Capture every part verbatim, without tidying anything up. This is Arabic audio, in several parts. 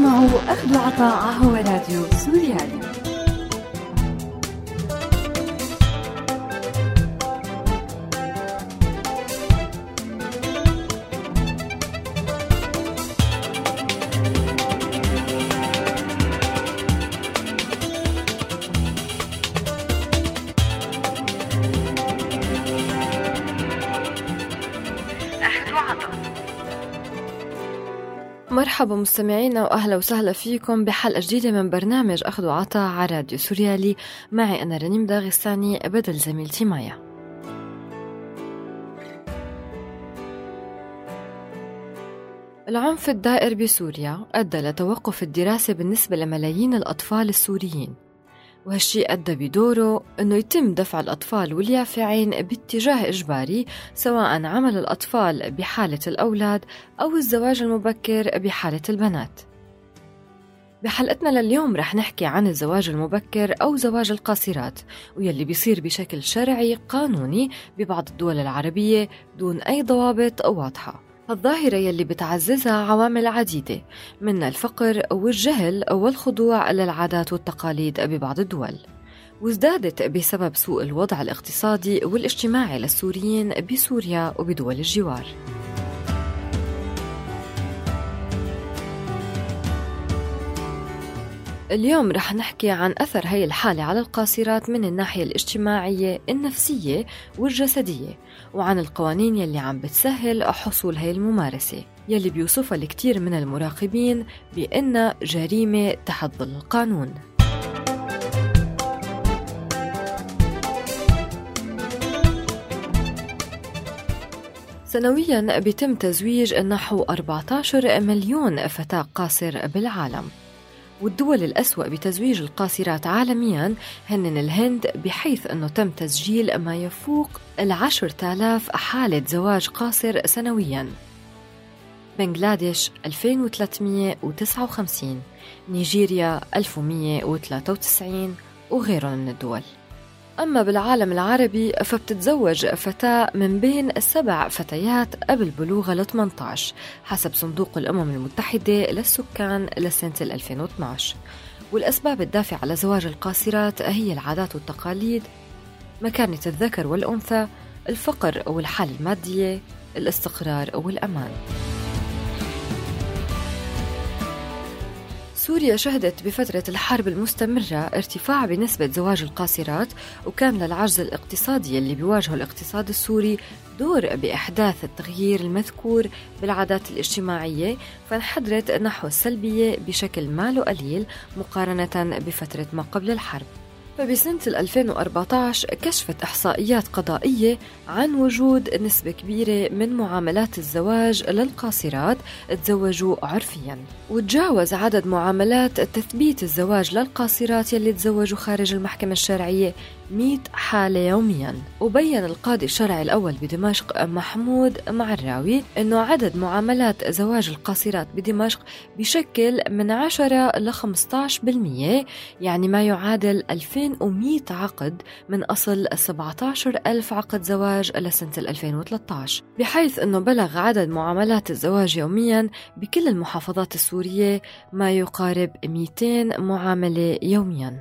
تسمعوا أخذ وعطاء هو راديو سوريالي. مرحبا مستمعينا وأهلا وسهلا فيكم بحلقة جديدة من برنامج أخذ وعطاء على راديو سوريالي. معي أنا رنيم داغستاني بدل زميلتي مايا. العنف الدائر بسوريا أدى لتوقف الدراسة بالنسبة لملايين الأطفال السوريين، وهالشي أدى بدوره أنه يتم دفع الأطفال واليافعين باتجاه إجباري، سواء عمل الأطفال بحالة الأولاد أو الزواج المبكر بحالة البنات. بحلقتنا لليوم رح نحكي عن الزواج المبكر أو زواج القاصرات، ويلي بيصير بشكل شرعي قانوني ببعض الدول العربية دون أي ضوابط واضحة. الظاهرة يلي بتعززها عوامل عديدة، من الفقر والجهل والخضوع للعادات والتقاليد ببعض الدول، وازدادت بسبب سوء الوضع الاقتصادي والاجتماعي للسوريين بسوريا وبدول الجوار. اليوم رح نحكي عن أثر هاي الحالة على القاصرات من الناحية الاجتماعية، النفسية والجسدية، وعن القوانين يلي عم بتسهل حصول هاي الممارسة يلي بيوصفها الكثير من المراقبين بأنها جريمة تحت ظل القانون. سنوياً بيتم تزويج نحو أربعة عشر مليون فتاة قاصر بالعالم، والدول الأسوأ بتزويج القاصرات عالمياً هن الهند، بحيث أنه تم تسجيل ما يفوق العشرة آلاف حالة زواج قاصر سنوياً. بنغلاديش ألفين وثلاثمية وتسعة وخمسين، نيجيريا ألف ومية وثلاثة وتسعين، وغيرهم من الدول. أما بالعالم العربي فبتتزوج فتاة من بين سبع فتيات قبل بلوغها ل ثمانية عشر حسب صندوق الأمم المتحدة للسكان لسنة ألفين واثني عشر. والأسباب الدافعة لزواج القاصرات هي العادات والتقاليد، مكانة الذكر والأنثى، الفقر والحالة المادية، الاستقرار والأمان. سوريا شهدت بفترة الحرب المستمرة ارتفاع بنسبة زواج القاصرات، وكان للعجز الاقتصادي اللي بيواجهه الاقتصاد السوري دور بإحداث التغيير المذكور بالعادات الاجتماعية، فانحدرت نحو السلبية بشكل ما له قليل مقارنة بفترة ما قبل الحرب. فبسنة ألفين وأربعة عشر كشفت إحصائيات قضائية عن وجود نسبة كبيرة من معاملات الزواج للقاصرات تزوجوا عرفياً، وتجاوز عدد معاملات تثبيت الزواج للقاصرات يلي تزوجوا خارج المحكمة الشرعية مئة حالة يومياً. وبين القاضي الشرعي الأول بدمشق محمود معراوي أنه عدد معاملات زواج القاصرات بدمشق بشكل من عشرة إلى خمسة عشر بالمئة، يعني ما يعادل ألفين ومئة عقد من أصل سبعة عشر ألف عقد زواج لسنة ألفين وثلاثة عشر، بحيث أنه بلغ عدد معاملات الزواج يومياً بكل المحافظات السورية ما يقارب مئتين معاملة يومياً.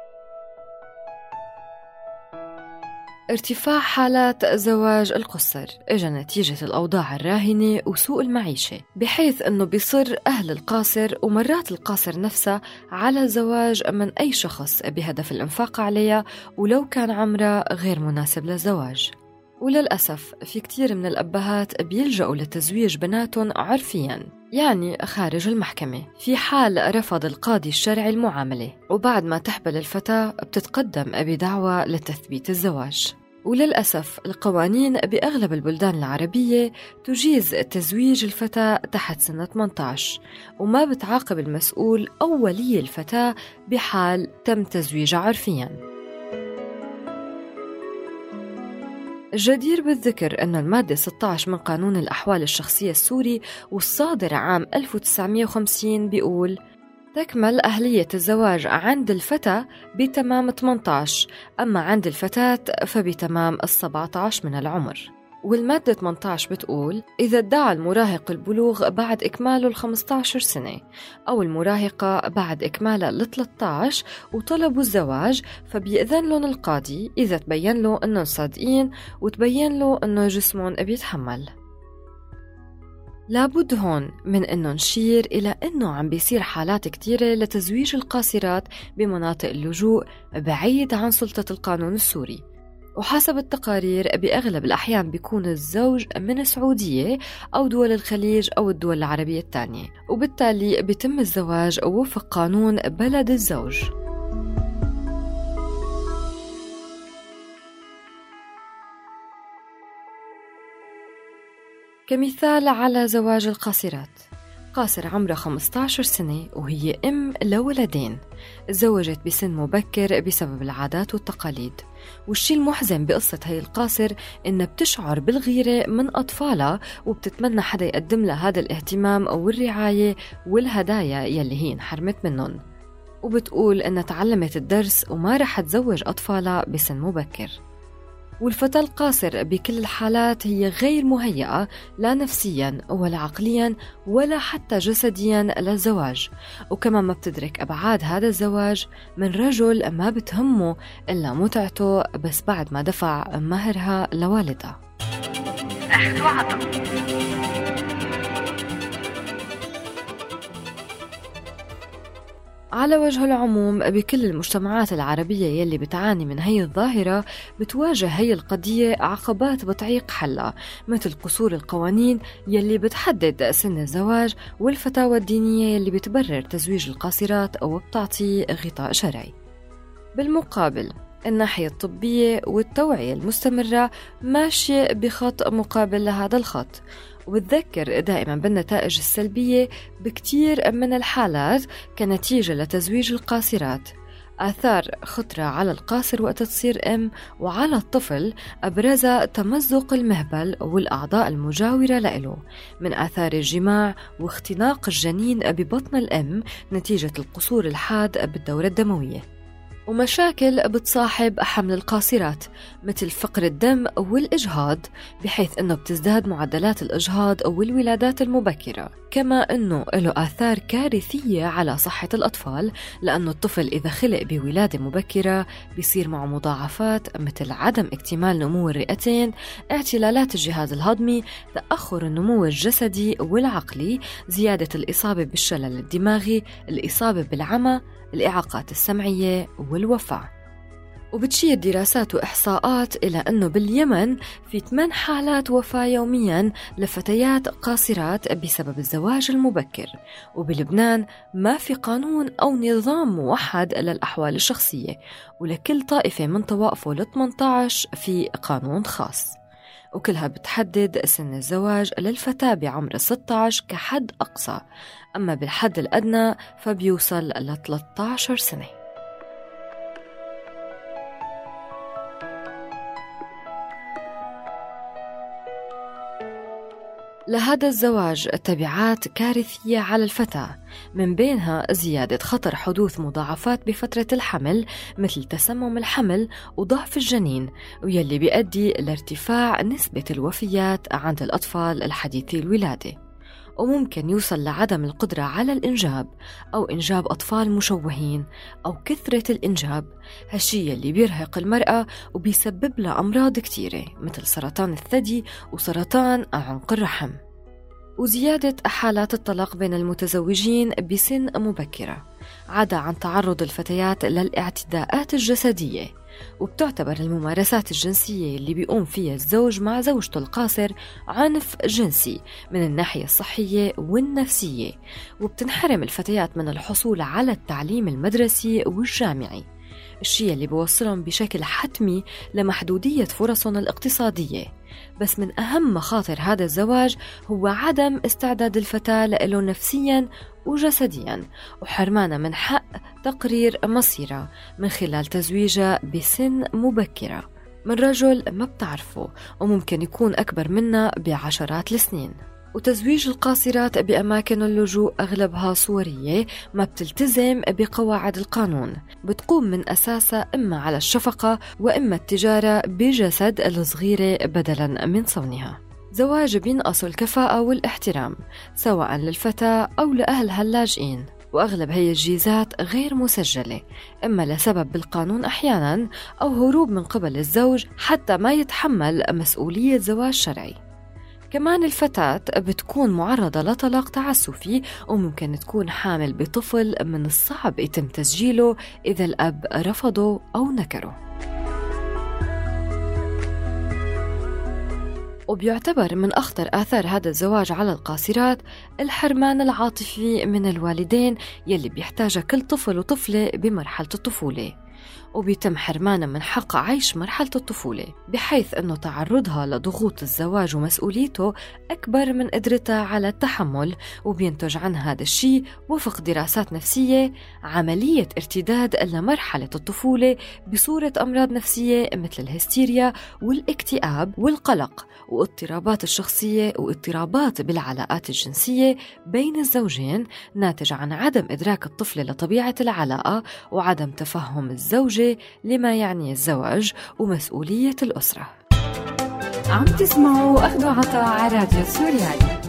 ارتفاع حالات زواج القُصّر اجى نتيجة الأوضاع الراهنة وسوء المعيشة، بحيث أنه بيصر أهل القاصر ومرات القاصر نفسها على الزواج من أي شخص بهدف الإنفاق عليها ولو كان عمرها غير مناسب للزواج. وللأسف في كتير من الأبهات بيلجأوا لتزويج بناتهم عرفياً، يعني خارج المحكمة، في حال رفض القاضي الشرعي المعاملة، وبعد ما تحبل الفتاة بتتقدم بدعوى لتثبيت الزواج. وللأسف القوانين بأغلب البلدان العربية تجيز تزويج الفتاة تحت سن ثمانية عشر، وما بتعاقب المسؤول أو ولي الفتاة بحال تم تزويجها عرفياً. الجدير بالذكر أن المادة ستة عشر من قانون الأحوال الشخصية السوري والصادر عام ألف وتسعمئة وخمسين بيقول: تكمل أهلية الزواج عند الفتى بتمام ثمانية عشر، أما عند الفتاة فبتمام السبعة عشر من العمر. والمادة ثمانية عشر بتقول إذا ادعى المراهق البلوغ بعد إكماله ال خمسة عشر سنة أو المراهقة بعد إكمالها ال ثلاثة عشر وطلبوا الزواج، فبيأذن لهم القاضي إذا تبين له أنهم صادقين وتبين له أنه جسمهم بيتحمل. لابد هون من أنه نشير إلى أنه عم بيصير حالات كتيرة لتزويج القاصرات بمناطق اللجوء بعيد عن سلطة القانون السوري، وحسب التقارير بأغلب الأحيان بيكون الزوج من السعودية أو دول الخليج أو الدول العربية الثانية، وبالتالي بيتم الزواج وفق قانون بلد الزوج. كمثال على زواج القاصرات، قاصر عمرها خمسة عشر سنة وهي أم لولدين، تزوجت بسن مبكر بسبب العادات والتقاليد. والشي المحزن بقصة هاي القاصر إنها بتشعر بالغيرة من أطفالها وبتتمنى حدا يقدم لها هذا الاهتمام أو الرعاية والهدايا يلي هي انحرمت منهم، وبتقول إنها تعلمت الدرس وما رح تزوج أطفالها بسن مبكر. والفتاة القاصر بكل الحالات هي غير مهيئة لا نفسياً ولا عقلياً ولا حتى جسدياً للزواج، وكمان ما بتدرك أبعاد هذا الزواج من رجل ما بتهمه إلا متعته بس بعد ما دفع مهرها لوالدها. أخذ وعطا. على وجه العموم بكل المجتمعات العربية يلي بتعاني من هي الظاهرة بتواجه هي القضية عقبات بتعيق حلها، مثل قصور القوانين يلي بتحدد سن الزواج والفتاوى الدينية يلي بتبرر تزويج القاصرات أو بتعطي غطاء شرعي. بالمقابل الناحية الطبية والتوعية المستمرة ماشية بخط مقابل لهذا الخط، وبتذكر دائما بالنتائج السلبية بكتير من الحالات كنتيجة لتزويج القاصرات. آثار خطرة على القاصر وقت تصير أم وعلى الطفل أبرزها تمزق المهبل والأعضاء المجاورة له من آثار الجماع واختناق الجنين ببطن الأم نتيجة القصور الحاد بالدورة الدموية، ومشاكل بتصاحب حمل القاصرات مثل فقر الدم والإجهاض، بحيث أنه بتزداد معدلات الإجهاض والولادات المبكرة. كما أنه له آثار كارثية على صحة الأطفال، لأنه الطفل إذا خلق بولادة مبكرة بيصير معه مضاعفات مثل عدم اكتمال نمو الرئتين، اعتلالات الجهاز الهضمي، تأخر النمو الجسدي والعقلي، زيادة الإصابة بالشلل الدماغي، الإصابة بالعمى، الإعاقات السمعية والوفاة. وبتشير دراسات وإحصاءات إلى أنه باليمن في ثمان حالات وفاة يومياً لفتيات قاصرات بسبب الزواج المبكر، وبلبنان ما في قانون أو نظام موحد للأحوال الشخصية، ولكل طائفة من طوائفه ل ثمانية عشر في قانون خاص، وكلها بتحدد سن الزواج للفتاة بعمر ستة عشر كحد أقصى، أما بالحد الأدنى فبيوصل ل ثلاثة عشر سنة. لهذا الزواج تبعات كارثية على الفتاة، من بينها زيادة خطر حدوث مضاعفات بفترة الحمل مثل تسمم الحمل وضعف الجنين، ويلي بيؤدي لارتفاع نسبة الوفيات عند الأطفال الحديثي الولادة، وممكن يوصل لعدم القدرة على الإنجاب أو إنجاب أطفال مشوهين أو كثرة الإنجاب، هالشي اللي بيرهق المرأة وبيسبب لها أمراض كتيرة مثل سرطان الثدي وسرطان عنق الرحم. وزيادة حالات الطلاق بين المتزوجين بسن مبكرة، عدا عن تعرض الفتيات للاعتداءات الجسدية، وبتعتبر الممارسات الجنسية اللي بيقوم فيها الزوج مع زوجته القاصر عنف جنسي من الناحية الصحية والنفسية، وبتنحرم الفتيات من الحصول على التعليم المدرسي والجامعي، الشيء اللي بيوصلهم بشكل حتمي لمحدودية فرصهم الاقتصادية. بس من أهم مخاطر هذا الزواج هو عدم استعداد الفتاة له نفسياً وجسدياً، وحرمانها من حق تقرير مصيرها من خلال تزويجها بسن مبكرة من رجل ما بتعرفه وممكن يكون أكبر منها بعشرات السنين. وتزويج القاصرات بأماكن اللجوء أغلبها صورية ما بتلتزم بقواعد القانون، بتقوم من أساسها إما على الشفقة وإما التجارة بجسد الصغيرة بدلاً من صونها. زواج بينقص الكفاءة والاحترام سواء للفتاة أو لأهلها اللاجئين، وأغلب هي الجيزات غير مسجلة إما لسبب بالقانون أحياناً أو هروب من قبل الزوج حتى ما يتحمل مسؤولية زواج شرعي. كمان الفتاة بتكون معرضة لطلاق تعسفي وممكن تكون حامل بطفل من الصعب يتم تسجيله إذا الأب رفضه أو نكره. وبيعتبر من أخطر آثار هذا الزواج على القاصرات الحرمان العاطفي من الوالدين يلي بيحتاجها كل طفل وطفلة بمرحلة الطفولة، وبيتم حرمانها من حق عيش مرحلة الطفولة، بحيث أنه تعرضها لضغوط الزواج ومسؤوليته أكبر من قدرتها على التحمل، وبينتج عن هذا الشيء وفق دراسات نفسية عملية ارتداد لمرحلة الطفولة بصورة أمراض نفسية مثل الهستيريا والاكتئاب والقلق واضطرابات الشخصية واضطرابات بالعلاقات الجنسية بين الزوجين، ناتج عن عدم إدراك الطفل لطبيعة العلاقة وعدم تفهم الزوجة لما يعني الزواج ومسؤولية الأسرة. عم تسمعوا أخذ وعطاء على راديو سوريالي.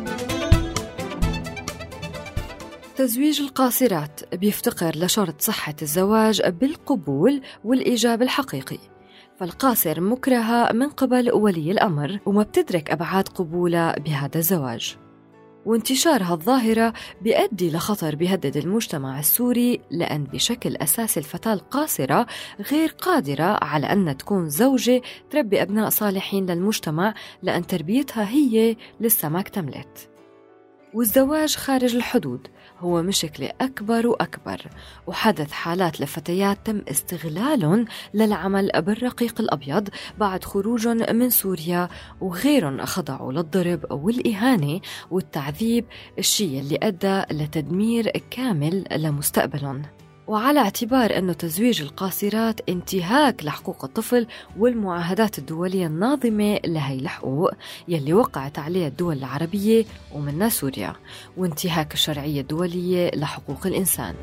تزويج القاصرات بيفتقر لشرط صحة الزواج بالقبول والإيجاب الحقيقي، فالقاصر مكرهة من قبل ولي الأمر وما بتدرك أبعاد قبولها بهذا الزواج، وانتشار هالظاهرة بيؤدي لخطر بيهدد المجتمع السوري، لأن بشكل أساسي الفتاة القاصرة غير قادرة على أن تكون زوجة تربي أبناء صالحين للمجتمع، لأن تربيتها هي لسه ما اكتملت. والزواج خارج الحدود هو مشكلة أكبر وأكبر، وحدث حالات لفتيات تم استغلالهم للعمل بالرقيق الأبيض بعد خروجهم من سوريا، وغيرهم خضعوا للضرب والإهانة والتعذيب، الشيء اللي أدى لتدمير كامل لمستقبلهم. وعلى اعتبار أنه تزويج القاصرات انتهاك لحقوق الطفل والمعاهدات الدولية الناظمة لهي الحقوق يلي وقعت عليها الدول العربية ومنها سوريا، وانتهاك الشرعية الدولية لحقوق الإنسان،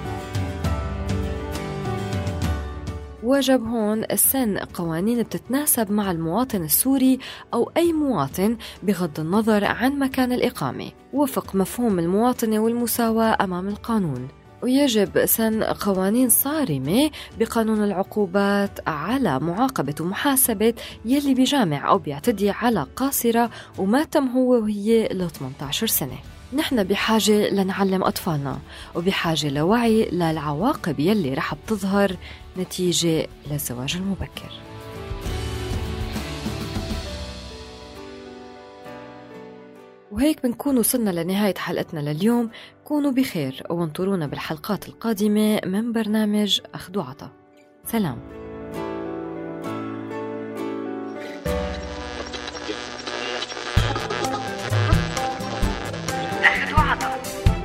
وجب هون السن قوانين بتتناسب مع المواطن السوري أو أي مواطن بغض النظر عن مكان الإقامة وفق مفهوم المواطنة والمساواة أمام القانون. ويجب سن قوانين صارمة بقانون العقوبات على معاقبة ومحاسبة يلي بجامع أو بيعتدي على قاصرة وما تم هو وهي ل ثمانية عشر سنة. نحن بحاجة لنعلم أطفالنا وبحاجة لوعي للعواقب يلي رح بتظهر نتيجة للزواج المبكر. وهيك بنكون وصلنا لنهاية حلقتنا لليوم. كونوا بخير وانطرونا بالحلقات القادمة من برنامج أخذ وعطاء. سلام. أخذ وعطاء.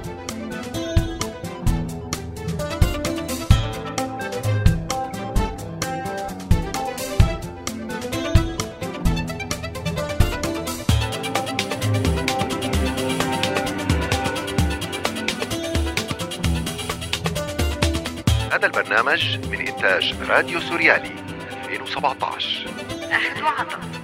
هذا البرنامج من إنتاج راديو سوريالي ألفين وسبعة عشر. أخذ وعطاء.